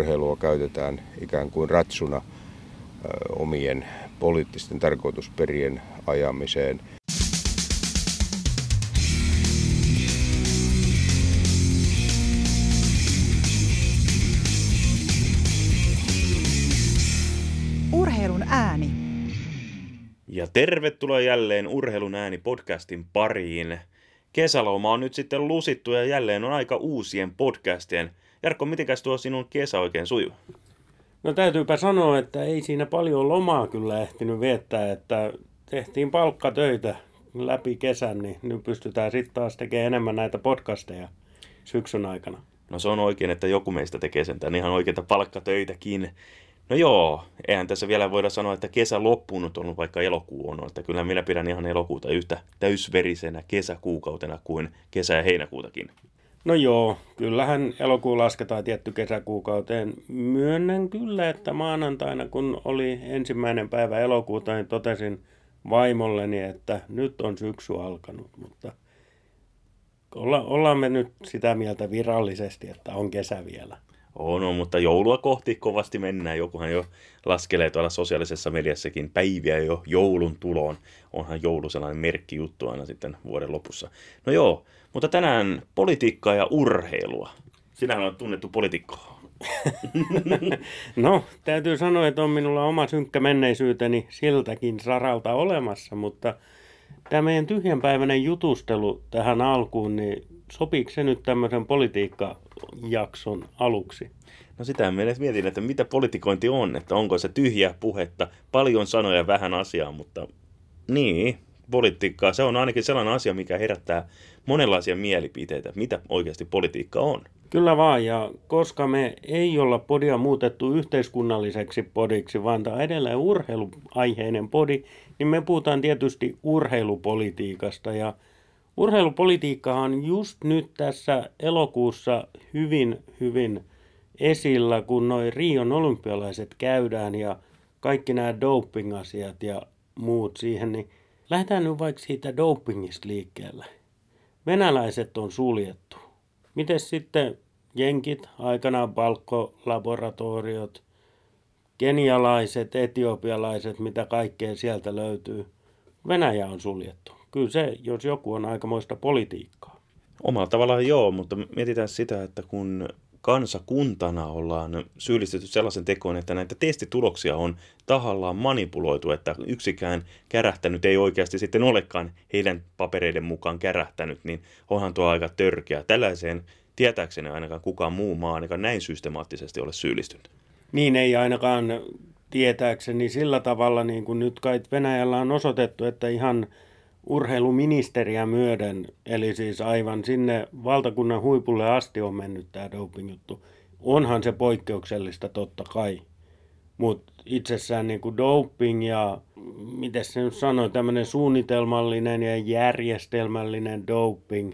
urheilua käytetään ikään kuin ratsuna omien poliittisten tarkoitusperien ajamiseen. Urheilun ääni. Ja tervetuloa jälleen Urheilun ääni podcastin pariin. Kesäloma on nyt sitten lusittu ja jälleen on aika uusien podcastien. Jarkko, mitenkäs tuo sinun kesä oikein sujuu? No täytyypä sanoa, että ei siinä paljon lomaa kyllä ehtinyt viettää, että tehtiin palkkatöitä läpi kesän, niin nyt pystytään sitten taas tekemään enemmän näitä podcasteja syksyn aikana. No se on oikein, että joku meistä tekee sentään ihan oikeita palkkatöitäkin. No joo, eihän tässä vielä voida sanoa, että kesä loppunut on, vaikka elokuu on. Että kyllä minä pidän ihan elokuuta yhtä täysverisenä kesäkuukautena kuin kesä- ja heinäkuutakin. No joo, kyllähän elokuu lasketaan tietty kesäkuukauteen. Myönnän kyllä, että maanantaina kun oli 1. päivä elokuuta, niin totesin vaimolleni, että nyt on syksy alkanut. Mutta ollaan me nyt sitä mieltä virallisesti, että on kesä vielä. No, mutta joulua kohti kovasti mennään. Jokuhan jo laskelee tuolla sosiaalisessa mediassakin päiviä jo joulun tuloon. Onhan joulu sellainen merkkijuttu aina sitten vuoden lopussa. No joo, mutta tänään politiikkaa ja urheilua. Sinähän on tunnettu poliitikko. No, täytyy sanoa, että on minulla oma synkkä menneisyyteni siltäkin saralta olemassa, mutta tämä meidän tyhjänpäiväinen jutustelu tähän alkuun, niin sopiiko se nyt tämmöisen politiikkajakson aluksi? No sitä minä mietin, että mitä politikointi on, että onko se tyhjää puhetta, paljon sanoja, vähän asiaa, mutta niin, politiikkaa, se on ainakin sellainen asia, mikä herättää monenlaisia mielipiteitä, mitä oikeasti politiikka on. Kyllä vaan, ja koska me ei olla podia muutettu yhteiskunnalliseksi podiksi, vaan tämä edelleen urheiluaiheinen podi, niin me puhutaan tietysti urheilupolitiikasta, ja urheilupolitiikka on just nyt tässä elokuussa hyvin esillä, kun noi Rion olympialaiset käydään ja kaikki nämä doping-asiat ja muut siihen, niin lähdetään nyt vaikka siitä dopingista liikkeelle. Venäläiset on suljettu. Miten sitten jenkit, aikanaan palkkolaboratoriot, kenialaiset, etiopialaiset, mitä kaikkea sieltä löytyy? Venäjä on suljettu. Kyllä se, jos joku, on aikamoista politiikkaa. Omalla tavallaan joo, mutta mietitään sitä, että kun kansakuntana ollaan syyllistetty sellaisen tekoon, että näitä testituloksia on tahallaan manipuloitu, että yksikään kärähtänyt ei oikeasti sitten olekaan heidän papereiden mukaan kärähtänyt, niin onhan tuo aika törkeä. Tällaiseen tietääkseni ainakaan kukaan muu maa ainakaan näin systemaattisesti ole syyllistynyt. Niin ei ainakaan tietääkseni sillä tavalla, niin kuin nyt kai Venäjällä on osoitettu, että ihan urheiluministeriä myöden, eli siis aivan sinne valtakunnan huipulle asti on mennyt tämä doping-juttu. Onhan se poikkeuksellista totta kai, mutta itsessään niin kuin doping ja, miten se nyt sanoi, tämmöinen suunnitelmallinen ja järjestelmällinen doping,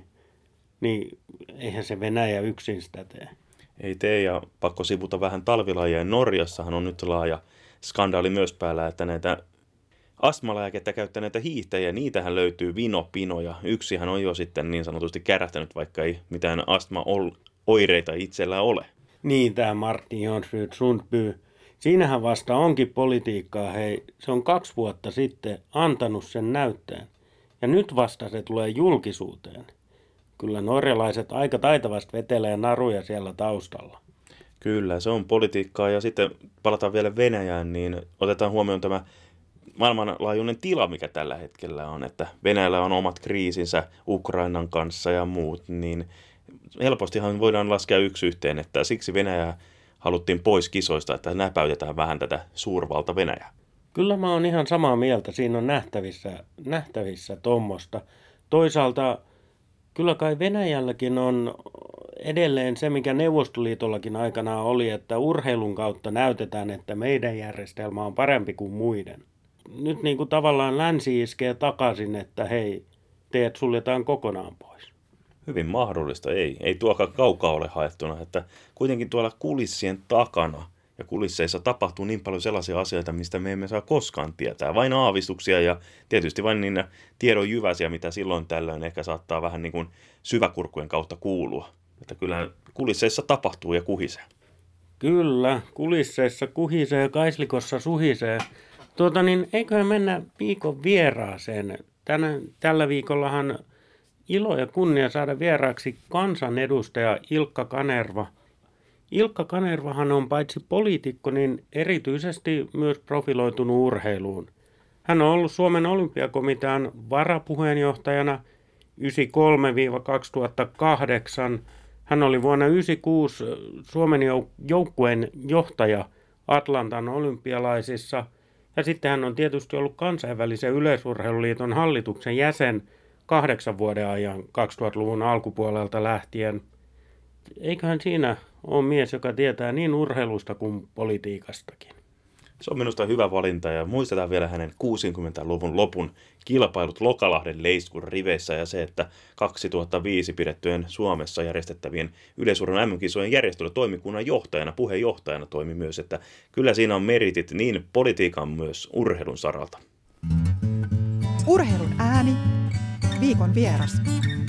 niin eihän se Venäjä yksin sitä tee. Ei tee, ja pakko sivuta vähän talvilajia. Norjassahan on nyt laaja skandaali myös päällä, että näitä astmalääkettä käyttäneitä hiihtäjiä, niitähän löytyy vino-pinoja. Yksihän on jo sitten niin sanotusti kärähtänyt, vaikka ei mitään astmaoireita itsellä ole. Niin, tämä Martin Jonsrud Sundby. Siinähän vasta onkin politiikkaa. Hei, se on 2 vuotta sitten antanut sen näytteen. Ja nyt vasta se tulee julkisuuteen. Kyllä norjalaiset aika taitavasti vetelee naruja siellä taustalla. Kyllä, se on politiikkaa. Ja sitten palataan vielä Venäjään, niin otetaan huomioon tämä maailmanlaajuinen tila, mikä tällä hetkellä on, että Venäjällä on omat kriisinsä Ukrainan kanssa ja muut, niin helpostihan voidaan laskea yksi yhteen, että siksi Venäjää haluttiin pois kisoista, että näpäytetään vähän tätä suurvalta Venäjää. Kyllä mä oon ihan samaa mieltä, siinä on nähtävissä tuommoista. Toisaalta kyllä kai Venäjälläkin on edelleen se, mikä Neuvostoliitollakin aikanaan oli, että urheilun kautta näytetään, että meidän järjestelmä on parempi kuin muiden. Nyt niin kuin tavallaan länsi iskee takaisin, että hei, teet suljetaan kokonaan pois. Hyvin mahdollista, ei tuokaan kaukaa ole haettuna, että kuitenkin tuolla kulissien takana ja kulisseissa tapahtuu niin paljon sellaisia asioita, mistä me emme saa koskaan tietää. Vain aavistuksia ja tietysti vain niin tiedon jyväsiä, mitä silloin tällöin ehkä saattaa vähän niin kuin syväkurkujen kautta kuulua. Että kyllä kulisseissa tapahtuu ja kuhisee. Kyllä, kulisseissa kuhisee, kaislikossa suhisee. Eiköhän mennä viikon vieraaseen. Tällä viikollahan ilo ja kunnia saada vieraaksi kansanedustaja Ilkka Kanerva. Ilkka Kanervahan on paitsi poliitikko, niin erityisesti myös profiloitunut urheiluun. Hän on ollut Suomen olympiakomitean varapuheenjohtajana 1993-2008. Hän oli vuonna 1996 Suomen joukkueen johtaja Atlantan olympialaisissa. Ja sitten hän on tietysti ollut kansainvälisen yleisurheiluliiton hallituksen jäsen 8 vuoden ajan 2000-luvun alkupuolelta lähtien. Eiköhän siinä ole mies, joka tietää niin urheilusta kuin politiikastakin. Se on minusta hyvä valinta ja muistetaan vielä hänen 60-luvun lopun kilpailut Lokalahden Leiskun riveissä ja se, että 2005 pidettyjen Suomessa järjestettävien yleisurheilun MM-kisojen järjestelytoimikunnan johtajana, puheenjohtajana toimi myös, että kyllä siinä on meritit niin politiikan myös urheilun saralta. Urheilun ääni, viikon vieras.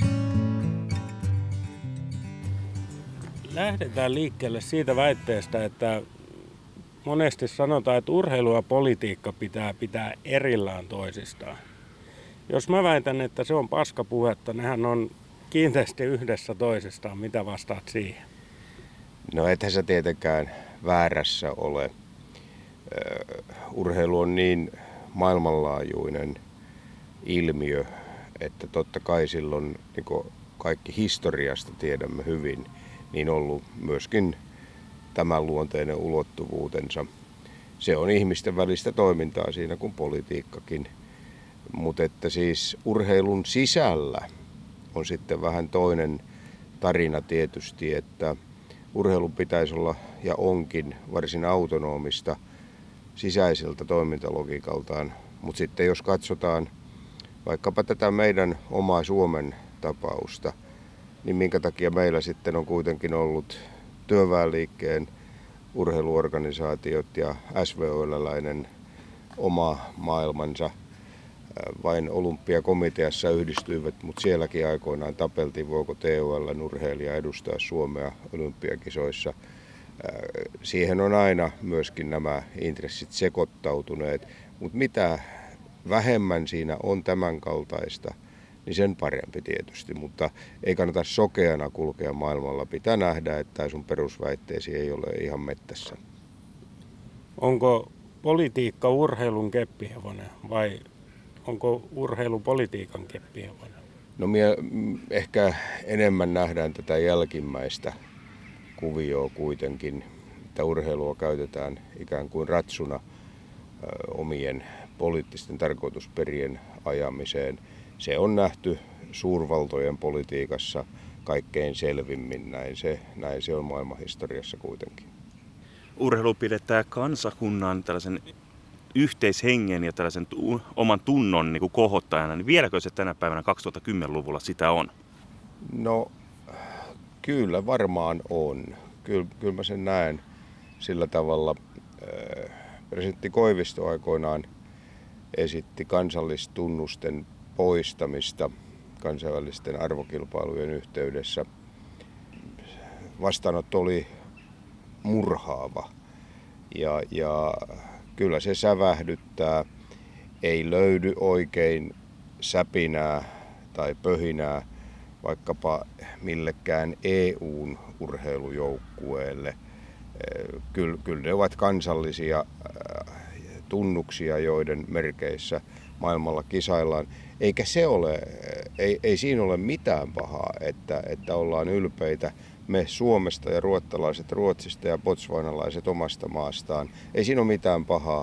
Lähdetään liikkeelle siitä väitteestä, että monesti sanotaan, että urheilu ja politiikka pitää erillään toisistaan. Jos mä väitän, että se on paskapuhetta, nehän on kiinteästi yhdessä toisistaan. Mitä vastaat siihen? No ethän sä tietenkään väärässä ole. Urheilu on niin maailmanlaajuinen ilmiö, että totta kai silloin, niin kuin kaikki historiasta tiedämme hyvin, niin ollut myöskin tämän luonteinen ulottuvuutensa. Se on ihmisten välistä toimintaa siinä kuin politiikkakin. Mutta että siis urheilun sisällä on sitten vähän toinen tarina tietysti, että urheilun pitäisi olla ja onkin varsin autonomista sisäiseltä toimintalogiikaltaan. Mutta sitten jos katsotaan vaikkapa tätä meidän omaa Suomen tapausta, niin minkä takia meillä sitten on kuitenkin ollut työväenliikkeen urheiluorganisaatiot ja SVOL-läinen oma maailmansa. Vain olympiakomiteassa yhdistyivät, mutta sielläkin aikoinaan tapeltiin, voiko TOL:n urheilija edustaa Suomea olympiakisoissa. Siihen on aina myöskin nämä intressit sekoittautuneet, mutta mitä vähemmän siinä on tämän kaltaista, niin sen parempi tietysti, mutta ei kannata sokeana kulkea maailmalla. Pitää nähdä, että sun perusväitteesi ei ole ihan mettässä. Onko politiikka urheilun keppihevonen vai onko urheilu politiikan keppihevonen? No ehkä enemmän nähdään tätä jälkimmäistä kuvioa kuitenkin, että urheilua käytetään ikään kuin ratsuna omien poliittisten tarkoitusperien ajamiseen. Se on nähty suurvaltojen politiikassa kaikkein selvimmin, näin se on maailmanhistoriassa kuitenkin. Urheilu pidetään kansakunnan tällaisen yhteishengen ja tällaisen oman tunnon niin kuin kohottajana, niin vieläkö se tänä päivänä 2010-luvulla sitä on? No kyllä varmaan on. Kyllä mä sen näen sillä tavalla. Presidentti Koivisto aikoinaan esitti kansallistunnusten poistamista kansainvälisten arvokilpailujen yhteydessä. Vastaanotto oli murhaava ja kyllä se sävähdyttää. Ei löydy oikein säpinää tai pöhinää vaikkapa millekään EUn urheilujoukkueelle. Kyllä ne ovat kansallisia tunnuksia, joiden merkeissä maailmalla kisaillaan. Eikä se ole, ei siinä ole mitään pahaa, että ollaan ylpeitä me Suomesta ja ruottalaiset Ruotsista ja botswanalaiset omasta maastaan. Ei siinä ole mitään pahaa,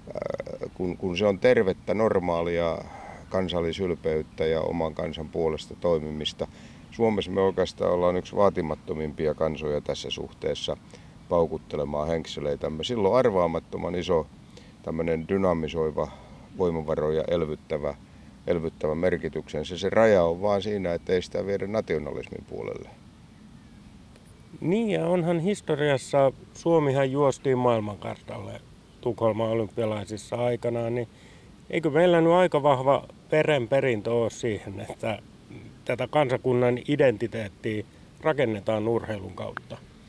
kun se on tervettä, normaalia kansallisylpeyttä ja oman kansan puolesta toimimista. Suomessa me oikeastaan ollaan yksi vaatimattomimpia kansoja tässä suhteessa paukuttelemaan henkseleitämme. Silloin arvaamattoman iso tämmöinen dynamisoiva, voimavaroja elvyttävä merkityksen. Se raja on vaan siinä, että ei sitä viedä nationalismin puolelle. Niin ja onhan historiassa, Suomihan juostiin maailmankartalle Tukholman olympialaisissa aikanaan, niin eikö meillä nyt aika vahva perintö ole siihen, että tätä kansakunnan identiteettiä rakennetaan urheilun kautta?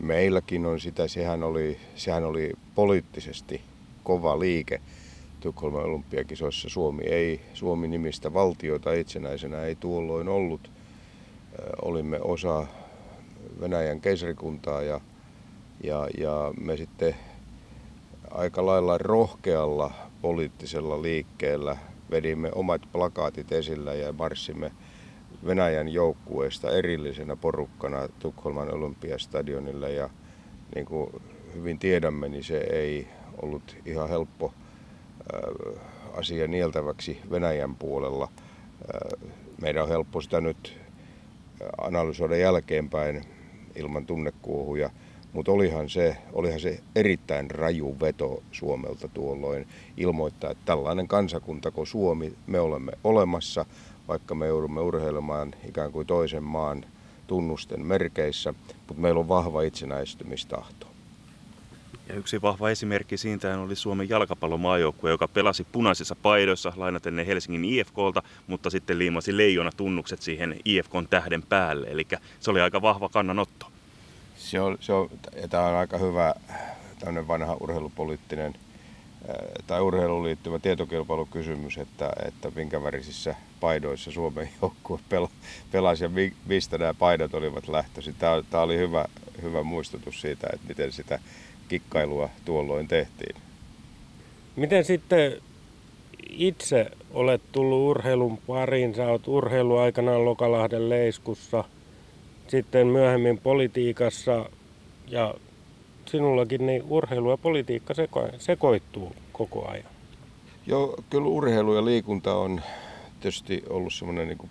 meilläkin on sitä, sehän oli poliittisesti kova liike Tukholman olympiakisoissa. Suomi-nimistä valtiota itsenäisenä ei tuolloin ollut. Olimme osa Venäjän keisarikuntaa ja me sitten aika lailla rohkealla poliittisella liikkeellä vedimme omat plakaatit esillä ja marssimme Venäjän joukkueesta erillisenä porukkana Tukholman olympiastadionille. Ja niin kuin hyvin tiedämme, niin se ei ollut ihan helppo asia nieltäväksi Venäjän puolella. Meidän on helppo sitä nyt analysoida jälkeenpäin ilman tunnekuohuja, mutta olihan se erittäin raju veto Suomelta tuolloin ilmoittaa, että tällainen kansakunta kuin Suomi, me olemme olemassa, vaikka me joudumme urheilemaan ikään kuin toisen maan tunnusten merkeissä, mutta meillä on vahva itsenäistymistahto. Ja yksi vahva esimerkki siitä oli Suomen jalkapallomaajoukkue, joka pelasi punaisissa paidoissa lainaten ne Helsingin IFK:lta, mutta sitten liimasi leijona-tunnukset siihen IFK:n tähden päälle. Eli se oli aika vahva kannanotto. Tämä on aika hyvä tämmöinen vanha urheilupoliittinen tai urheiluun liittyvä tietokilpailukysymys, että minkä värisissä paidoissa Suomen joukkue pelasi ja mistä nämä paidat olivat lähtöisin. Tämä oli hyvä muistutus siitä, että miten sitä kikkailua tuolloin tehtiin. Miten sitten itse olet tullut urheilun pariin? Sä oot urheilu aikanaan Lokalahden Leiskussa, sitten myöhemmin politiikassa ja sinullakin niin urheilu ja politiikka sekoittuu koko ajan. Joo, kyllä urheilu ja liikunta on tietysti ollut semmoinen niin kuin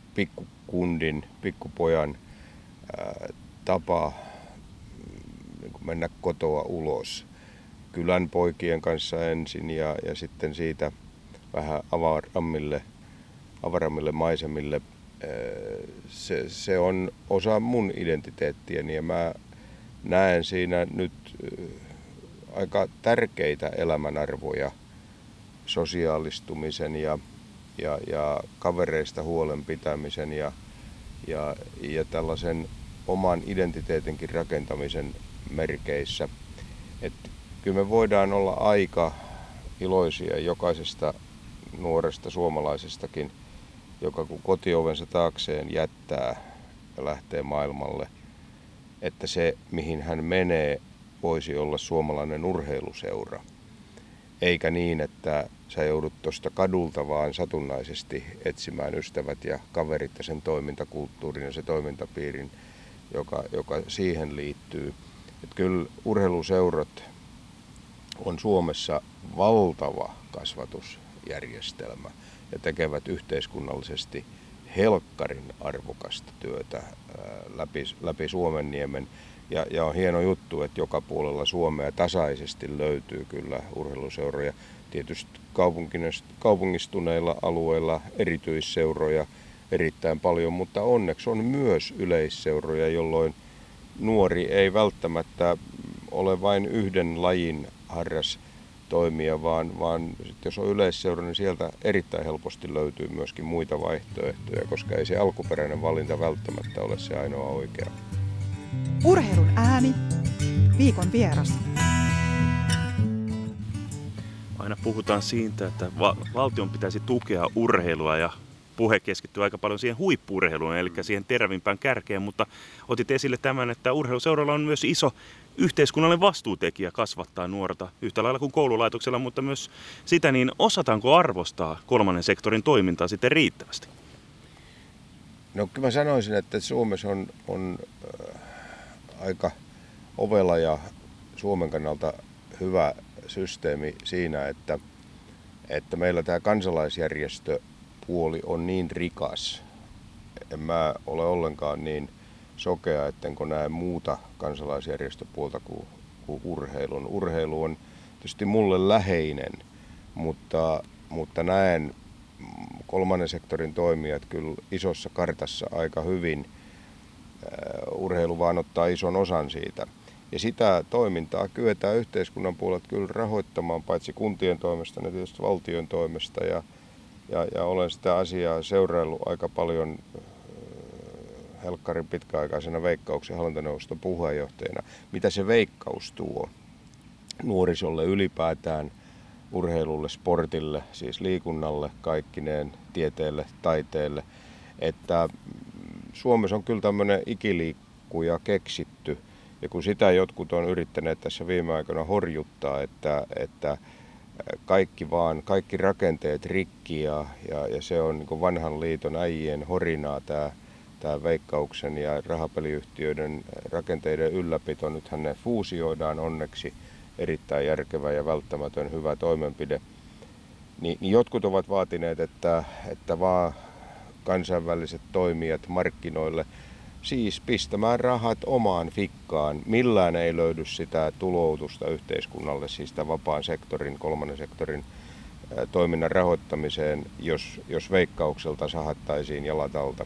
pikkupojan tapa niin kuin mennä kotoa ulos. Kylän poikien kanssa ensin ja sitten siitä vähän avarammille maisemille. Se on osa mun identiteettiäni ja mä näen siinä nyt aika tärkeitä elämänarvoja sosiaalistumisen ja kavereista huolen pitämisen ja tällaisen oman identiteetinkin rakentamisen merkeissä. Että kyllä me voidaan olla aika iloisia jokaisesta nuoresta suomalaisestakin, joka kun kotiovensa taakseen jättää ja lähtee maailmalle, että se mihin hän menee voisi olla suomalainen urheiluseura. Eikä niin, että sä joudut tuosta kadulta vaan satunnaisesti etsimään ystävät ja kaverit ja sen toimintakulttuurin ja se toimintapiirin, joka siihen liittyy. Että kyllä urheiluseurat on Suomessa valtava kasvatusjärjestelmä ja tekevät yhteiskunnallisesti helkkarin arvokasta työtä läpi Suomenniemen. Ja on hieno juttu, että joka puolella Suomea tasaisesti löytyy kyllä urheiluseuroja. Tietysti kaupungistuneilla alueilla erityisseuroja erittäin paljon, mutta onneksi on myös yleisseuroja, jolloin nuori ei välttämättä ole vain yhden lajin harras toimija, vaan jos on yleisseura, niin sieltä erittäin helposti löytyy myöskin muita vaihtoehtoja, koska ei se alkuperäinen valinta välttämättä ole se ainoa oikea. Urheilun ääni. Viikon vieras. Aina puhutaan siitä, että valtion pitäisi tukea urheilua ja puhe keskittyy aika paljon siihen huippu-urheiluun, eli siihen terävimpään kärkeen, mutta otit esille tämän, että urheiluseuralla on myös iso yhteiskunnallinen vastuutekijä kasvattaa nuorta yhtä lailla kuin koululaitoksella, mutta myös sitä, niin osataanko arvostaa kolmannen sektorin toimintaa sitten riittävästi? No kyllä mä sanoisin, että Suomessa on aika ovela ja Suomen kannalta hyvä systeemi siinä, että meillä tämä kansalaisjärjestöpuoli on niin rikas. En mä ole ollenkaan niin sokea, ettenkö näe muuta kansalaisjärjestöpuolta kuin urheilun. Urheilu on tietysti mulle läheinen, mutta näen kolmannen sektorin toimijat kyllä isossa kartassa aika hyvin. Urheilu vaan ottaa ison osan siitä. Ja sitä toimintaa kyetään yhteiskunnan puolelta kyllä rahoittamaan paitsi kuntien toimesta, niin tietysti valtion toimesta. Ja olen sitä asiaa seuraillut aika paljon Helkkarin pitkäaikaisena Veikkauksen hallintoneuvoston puheenjohtajana, mitä se Veikkaus tuo nuorisolle ylipäätään, urheilulle, sportille, siis liikunnalle, kaikkineen, tieteelle, taiteelle, että Suomessa on kyllä tämmöinen ikiliikkuja keksitty, ja kun sitä jotkut on yrittäneet tässä viime aikoina horjuttaa, että kaikki rakenteet rikki ja se on niin kuin vanhan liiton äijien horinaa tämä Veikkauksen ja rahapeliyhtiöiden rakenteiden ylläpito. Nythän ne fuusioidaan onneksi, erittäin järkevä ja välttämätön hyvä toimenpide. Niin jotkut ovat vaatineet, että vaan kansainväliset toimijat markkinoille, siis pistämään rahat omaan fikkaan. Millään ei löydy sitä tuloutusta yhteiskunnalle, siis sitä vapaan sektorin, kolmannen sektorin toiminnan rahoittamiseen, jos Veikkaukselta sahattaisiin jalat alta.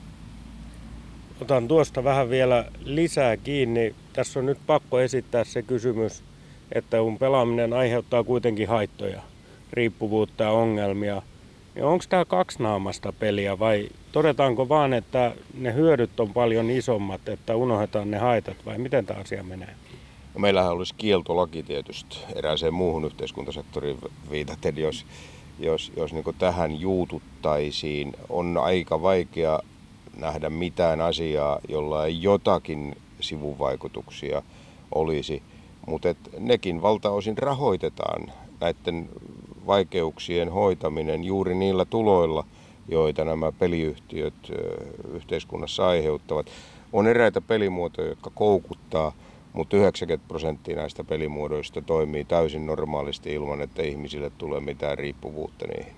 Otan tuosta vähän vielä lisää kiinni. Tässä on nyt pakko esittää se kysymys, että kun pelaaminen aiheuttaa kuitenkin haittoja, riippuvuutta ja ongelmia, niin onko tämä kaksinaamasta peliä vai todetaanko vaan, että ne hyödyt on paljon isommat, että unohdetaan ne haitat vai miten tämä asia menee? No, meillähän olisi kieltolaki tietysti erääseen muuhun yhteiskuntasektoriin viitaten, jos niin kuin tähän juututtaisiin. On aika vaikea nähdä mitään asiaa, jolla ei jotakin sivuvaikutuksia olisi, mutta nekin valtaosin rahoitetaan näiden vaikeuksien hoitaminen juuri niillä tuloilla, joita nämä peliyhtiöt yhteiskunnassa aiheuttavat. On eräitä pelimuotoja, jotka koukuttaa, mutta 90% näistä pelimuodoista toimii täysin normaalisti ilman, että ihmisille tulee mitään riippuvuutta niihin.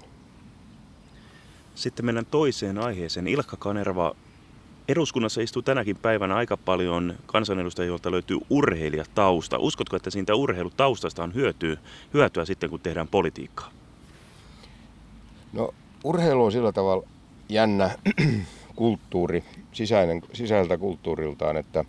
Sitten mennään toiseen aiheeseen. Ilkka Kanerva, eduskunnassa istuu tänäkin päivänä aika paljon kansanedustajia, joilta löytyy urheilijatausta. Uskotko, että siitä urheilutaustasta on hyötyä sitten, kun tehdään politiikkaa? No, urheilu on sillä tavalla jännä kulttuuri, sisältä kulttuuriltaan, että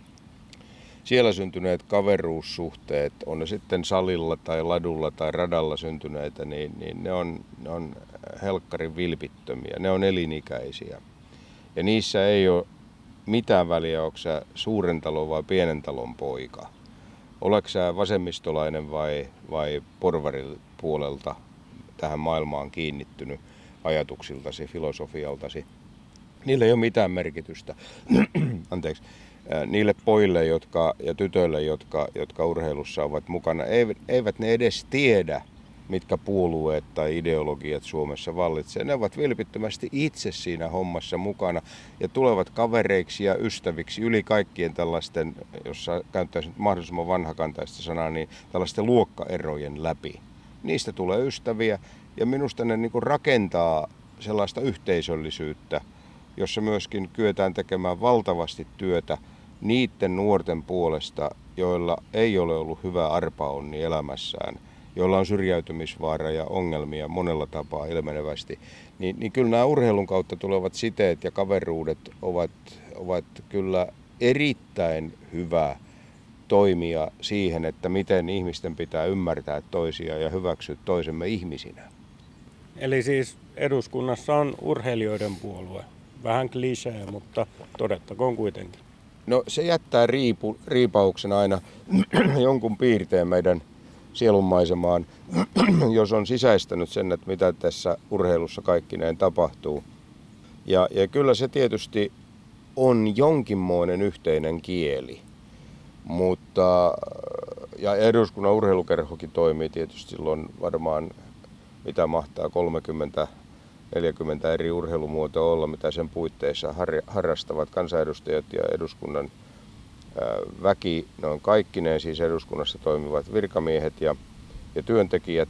siellä syntyneet kaveruussuhteet, on ne sitten salilla tai ladulla tai radalla syntyneitä, niin ne on helkkarin vilpittömiä, ne on elinikäisiä. Ja niissä ei ole mitään väliä, onko sä suuren talon vai pienen talon poika. Oletko sä vasemmistolainen vai porvaripuolelta tähän maailmaan kiinnittynyt ajatuksiltasi, filosofialtasi. Niillä ei ole mitään merkitystä. Anteeksi. Niille pojille ja tytöille, jotka urheilussa ovat mukana, eivät ne edes tiedä, mitkä puolueet tai ideologiat Suomessa vallitsee. Ne ovat vilpittömästi itse siinä hommassa mukana ja tulevat kavereiksi ja ystäviksi yli kaikkien tällaisten, jos käyttäisin mahdollisimman vanhakantaista sanaa, niin tällaisten luokkaerojen läpi. Niistä tulee ystäviä ja minusta ne niin kuin rakentaa sellaista yhteisöllisyyttä, jossa myöskin kyetään tekemään valtavasti työtä niiden nuorten puolesta, joilla ei ole ollut hyvä arpaonni elämässään, joilla on syrjäytymisvaara ja ongelmia monella tapaa ilmenevästi, niin kyllä nämä urheilun kautta tulevat siteet ja kaveruudet ovat kyllä erittäin hyvä toimia siihen, että miten ihmisten pitää ymmärtää toisia ja hyväksyä toisemme ihmisinä. Eli siis eduskunnassa on urheilijoiden puolue. Vähän klisee, mutta todettakoon kuitenkin. No se jättää riipauksen aina jonkun piirteen meidän sielunmaisemaan, jos on sisäistänyt sen, että mitä tässä urheilussa kaikkineen tapahtuu. Ja kyllä se tietysti on jonkinmoinen yhteinen kieli, mutta ja eduskunnan urheilukerhokin toimii tietysti silloin varmaan, mitä mahtaa 40 eri urheilumuotoa olla, mitä sen puitteissa harrastavat kansanedustajat ja eduskunnan väki, ne on kaikkineen siis eduskunnassa toimivat virkamiehet ja työntekijät,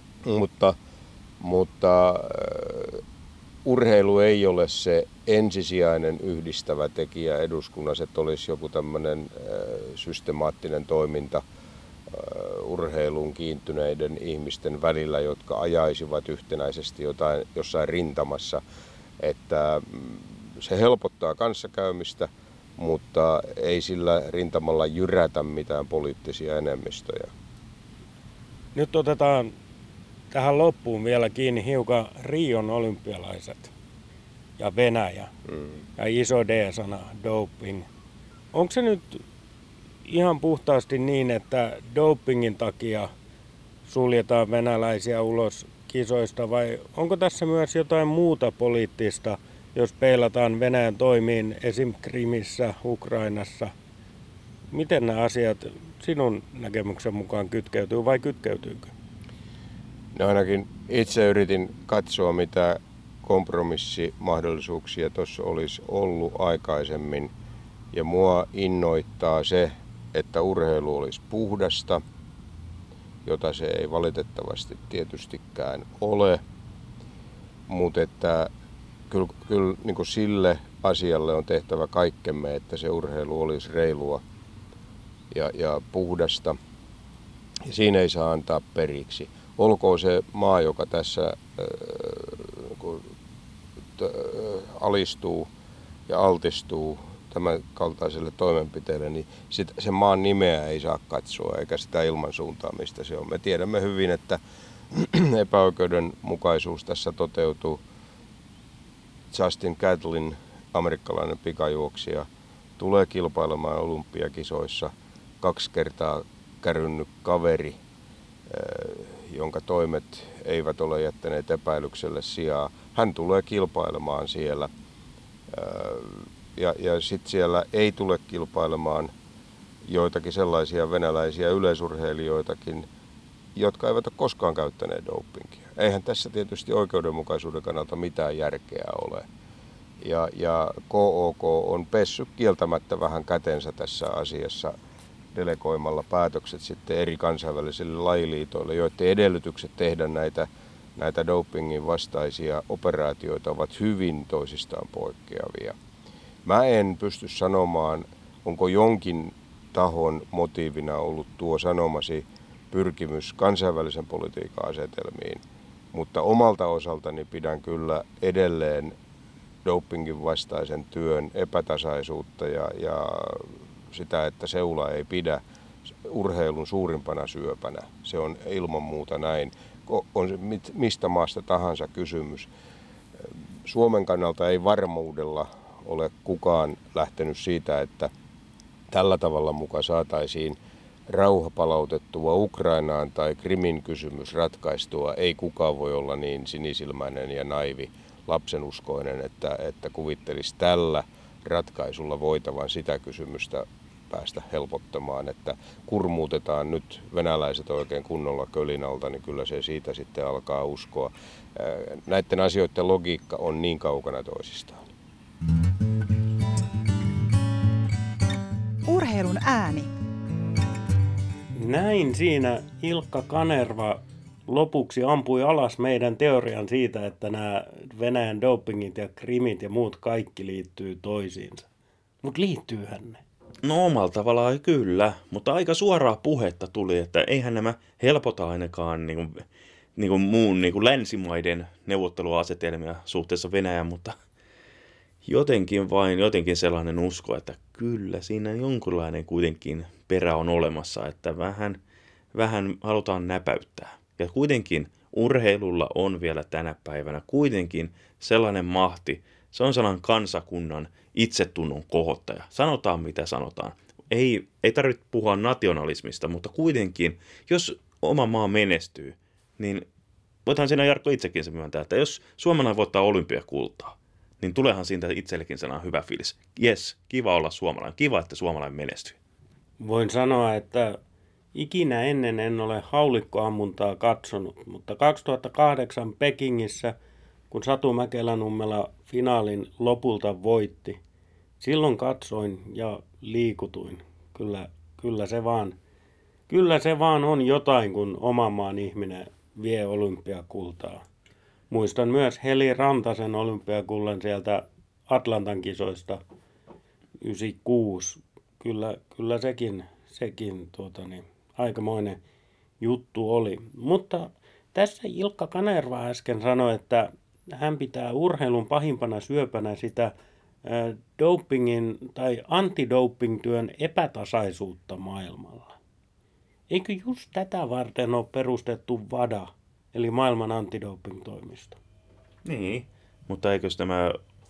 mutta urheilu ei ole se ensisijainen yhdistävä tekijä eduskunnassa, että olisi joku tämmöinen systemaattinen toiminta urheiluun kiintyneiden ihmisten välillä, jotka ajaisivat yhtenäisesti jossain rintamassa, että se helpottaa kanssakäymistä, mutta ei sillä rintamalla jyrätä mitään poliittisia enemmistöjä. Nyt otetaan tähän loppuun vielä kiinni hiukan Rion olympialaiset. ja Venäjä ja iso D-sana, doping. Onko se nyt ihan puhtaasti niin, että dopingin takia suljetaan venäläisiä ulos kisoista vai onko tässä myös jotain muuta poliittista, jos peilataan Venäjän toimiin esim. Krimissä, Ukrainassa? Miten nämä asiat sinun näkemyksen mukaan kytkeytyy vai kytkeytyykö? No ainakin itse yritin katsoa, mitä kompromissimahdollisuuksia tuossa olisi ollut aikaisemmin. Ja mua innoittaa se, että urheilu olisi puhdasta, jota se ei valitettavasti tietystikään ole. Mutta että kyllä niin kuin sille asialle on tehtävä kaikkemme, että se urheilu olisi reilua ja puhdasta. Ja siinä ei saa antaa periksi. Olkoon se maa, joka tässä alistuu ja altistuu tämän kaltaiselle toimenpiteelle, niin sen maan nimeä ei saa katsoa eikä sitä ilmansuuntaa, mistä se on. Me tiedämme hyvin, että epäoikeudenmukaisuus tässä toteutuu. Justin Gatlin, amerikkalainen pikajuoksija, tulee kilpailemaan olympiakisoissa 2 kertaa kärynnyt kaveri, jonka toimet eivät ole jättäneet epäilykselle sijaa. Hän tulee kilpailemaan siellä ja sitten siellä ei tule kilpailemaan joitakin sellaisia venäläisiä yleisurheilijoitakin, jotka eivät ole koskaan käyttäneet dopingia. Eihän tässä tietysti oikeudenmukaisuuden kannalta mitään järkeä ole. Ja KOK on pessyt kieltämättä vähän kätensä tässä asiassa delegoimalla päätökset sitten eri kansainvälisille lajiliitoille, joiden edellytykset tehdä näitä dopingin vastaisia operaatioita ovat hyvin toisistaan poikkeavia. Mä en pysty sanomaan, onko jonkin tahon motiivina ollut tuo sanomasi pyrkimys kansainvälisen politiikan asetelmiin, mutta omalta osaltani pidän kyllä edelleen dopingin vastaisen työn epätasaisuutta ja sitä, että seula ei pidä urheilun suurimpana syöpänä. Se on ilman muuta näin. On se mistä maasta tahansa kysymys. Suomen kannalta ei varmuudella ole kukaan lähtenyt siitä, että tällä tavalla mukaan saataisiin rauha palautettua Ukrainaan tai Krimin kysymys ratkaistua. Ei kukaan voi olla niin sinisilmäinen ja naivi lapsenuskoinen, että kuvittelisi tällä ratkaisulla voitavan sitä kysymystä päästä helpottamaan, että kurmuutetaan nyt venäläiset oikein kunnolla kölin alta, niin kyllä se siitä sitten alkaa uskoa. Näiden asioiden logiikka on niin kaukana toisistaan. Urheilun ääni. Näin siinä Ilkka Kanerva lopuksi ampui alas meidän teorian siitä, että nämä Venäjän dopingit ja krimit ja muut kaikki liittyy toisiinsa. Mutta liittyyhän ne? No omalla tavallaan kyllä, mutta aika suoraa puhetta tuli, että eihän nämä helpota ainakaan niin kuin muun niin kuin länsimaiden neuvotteluasetelmia suhteessa Venäjään, mutta jotenkin sellainen usko, että kyllä siinä jonkunlainen kuitenkin perä on olemassa, että vähän halutaan näpäyttää. Ja kuitenkin urheilulla on vielä tänä päivänä kuitenkin sellainen mahti, se on sellainen kansakunnan itsetunnon kohottaja. Sanotaan mitä sanotaan. Ei tarvitse puhua nationalismista, mutta kuitenkin, jos oma maa menestyy, niin voidaan siinä Jarkko itsekin se myöntää, että jos suomalainen voittaa olympiakultaa, niin tuleehan siitä itsellekin sellainen hyvä fiilis. Jes, kiva olla suomalainen, kiva, että suomalainen menestyy. Voin sanoa, että ikinä ennen en ole haulikkoammuntaa katsonut, mutta 2008 Pekingissä, kun Satu Mäkelä-Nummela finaalin lopulta voitti, silloin katsoin ja liikutuin. Kyllä se vaan on jotain, kun oman maan ihminen vie olympiakultaa. Muistan myös Heli Rantasen olympiakullan sieltä Atlantan kisoista 96. Kyllä sekin aikamoinen juttu oli. Mutta tässä Ilkka Kanerva äsken sanoi, että hän pitää urheilun pahimpana syöpänä sitä dopingin tai antidoping-työn epätasaisuutta maailmalla. Eikö just tätä varten ole perustettu WADA, eli maailman antidoping-toimisto? Niin, mutta eikös nämä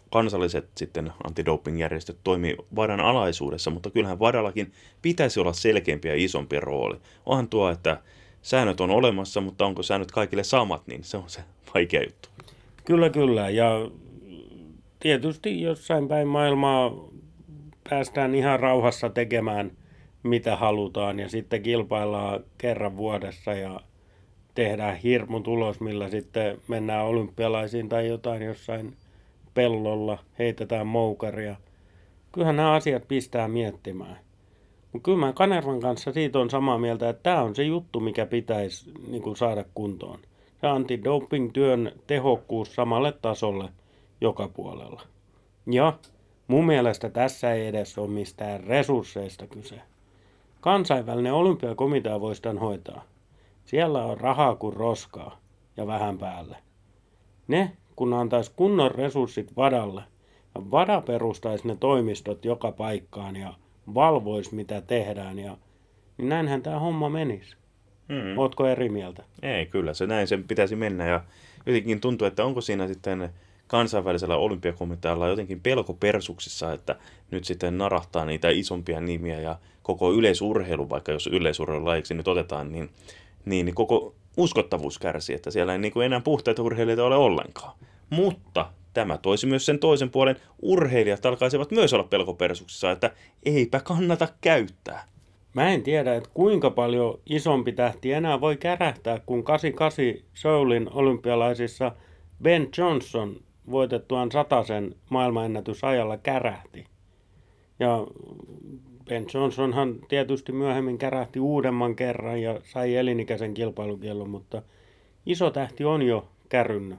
kansalliset sitten antidopingjärjestöt toimii VADAn alaisuudessa, mutta kyllähän VADallakin pitäisi olla selkeämpi ja isompi rooli. Onhan tuo, että säännöt on olemassa, mutta onko säännöt kaikille samat, niin se on se vaikea juttu. Kyllä. Ja tietysti jossain päin maailmaa päästään ihan rauhassa tekemään mitä halutaan ja sitten kilpaillaan kerran vuodessa ja tehdään hirmu tulos, millä sitten mennään olympialaisiin tai jotain jossain pellolla, heitetään moukaria. Kyllähän nämä asiat pistää miettimään. Mutta kyllä mä Kanervan kanssa siitä on samaa mieltä, että tämä on se juttu, mikä pitäisi niin kuin saada kuntoon. Se antidoping-työn tehokkuus samalle tasolle joka puolella. Ja mun mielestä tässä ei edes ole mistään resursseista kyse. Kansainvälinen olympiakomitea voisi tämän hoitaa. Siellä on rahaa kuin roskaa ja vähän päälle. Ne, kun antaisi kunnon resurssit VADalle ja VADa perustaisi ne toimistot joka paikkaan ja valvoisi mitä tehdään, niin näinhän tämä homma menisi. Ootko eri mieltä? Ei, kyllä se näin sen pitäisi mennä ja jotenkin tuntuu, että onko siinä sitten kansainvälisellä olympiakomitealla jotenkin pelko persuksissa, että nyt sitten narahtaa niitä isompia nimiä ja koko yleisurheilu, vaikka jos yleisurheilulajiksi nyt otetaan, niin koko uskottavuus kärsii, että siellä ei niin kuin enää puhtaita urheilijoita ole ollenkaan. Mutta tämä toisi myös sen toisen puolen, urheilijat alkaisivat myös olla pelkopersuksissa, että eipä kannata käyttää. Mä en tiedä, että kuinka paljon isompi tähti enää voi kärähtää, kun 88 Seoulin olympialaisissa Ben Johnson voitettuaan 100 maailmanennätysajalla kärähti. Ja Ben Johnsonhan tietysti myöhemmin kärähti uudemman kerran ja sai elinikäisen kilpailukiellon, mutta iso tähti on jo kärynnyt.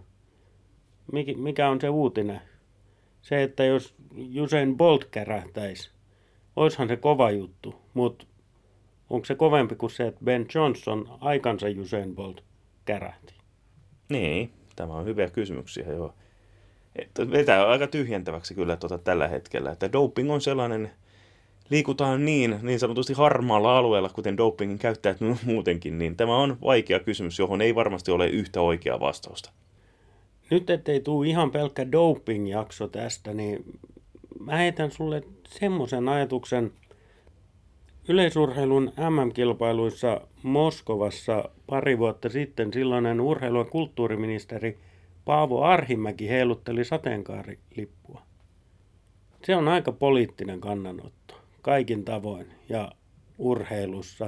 Mikä on se uutinen? Se, että jos Usain Bolt kärähtäisi, oishan se kova juttu, mutta onko se kovempi kuin se, että Ben Johnson aikansa Usain Bolt kärähti? Niin, tämä on hyviä kysymyksiä, joo. Vetää aika tyhjentäväksi kyllä tällä hetkellä, että doping on sellainen, liikutaan niin sanotusti harmaalla alueella, kuten dopingin käyttäjät muutenkin, niin tämä on vaikea kysymys, johon ei varmasti ole yhtä oikeaa vastausta. Nyt ettei tule ihan pelkkä doping-jakso tästä, niin mä heitän sulle semmoisen ajatuksen. Yleisurheilun MM-kilpailuissa Moskovassa pari vuotta sitten silloinen urheilu- ja kulttuuriministeri Paavo Arhimäki heilutteli sateenkaarilippua. Se on aika poliittinen kannanotto, kaikin tavoin ja urheilussa.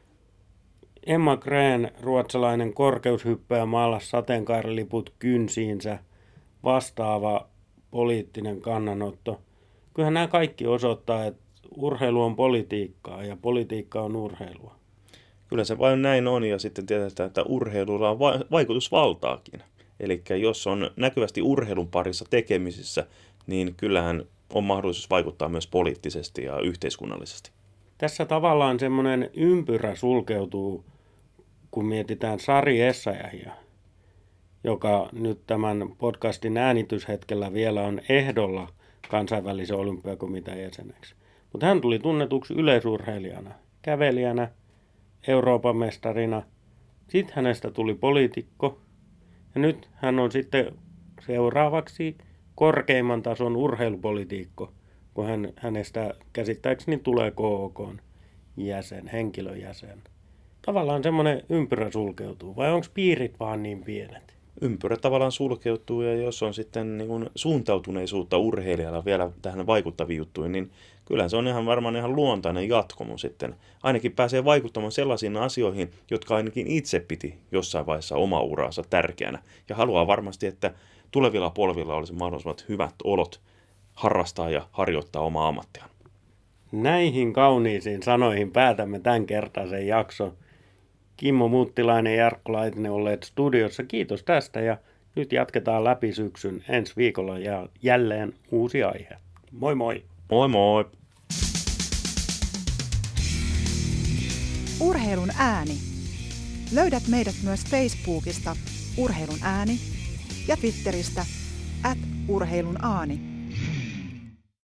Emma Green, ruotsalainen korkeushyppääjä, maalasi sateenkaariliput kynsiinsä, vastaava poliittinen kannanotto. Kyllähän nämä kaikki osoittaa, että urheilu on politiikkaa ja politiikka on urheilua. Kyllä se vain näin on ja sitten tiedetään, että urheilulla on vaikutusvaltaakin. Eli jos on näkyvästi urheilun parissa tekemisissä, niin kyllähän on mahdollisuus vaikuttaa myös poliittisesti ja yhteiskunnallisesti. Tässä tavallaan semmoinen ympyrä sulkeutuu, kun mietitään Sari Essayahia, joka nyt tämän podcastin äänityshetkellä vielä on ehdolla kansainvälisen olympiakomitean jäseneksi. Mutta hän tuli tunnetuksi yleisurheilijana, kävelijänä, Euroopan mestarina. Sitten hänestä tuli poliitikko ja nyt hän on sitten seuraavaksi korkeimman tason urheilupolitiikko, kun hänestä käsittääkseni tulee KOK:n jäsen, henkilöjäsen. Tavallaan semmoinen ympyrä sulkeutuu, vai onko piirit vaan niin pienet? Ympyrä tavallaan sulkeutuu ja jos on sitten niin kuin suuntautuneisuutta urheilijalla vielä tähän vaikuttaviin juttuihin, niin kyllähän se on varmaan ihan luontainen jatkomo sitten. Ainakin pääsee vaikuttamaan sellaisiin asioihin, jotka ainakin itse piti jossain vaiheessa oma uraansa tärkeänä. Ja haluaa varmasti, että tulevilla polvilla olisi mahdollisimman hyvät olot harrastaa ja harjoittaa omaa ammattiaan. Näihin kauniisiin sanoihin päätämme tämän kertaisen jakson. Kimmo Muttilainen ja Jarkko Laitinen olleet studiossa. Kiitos tästä ja nyt jatketaan läpi syksyn. Ensi viikolla ja jälleen uusi aihe. Moi moi! Moi moi! Urheilun ääni. Löydät meidät myös Facebookista Urheilun ääni ja Twitteristä @urheilun aani.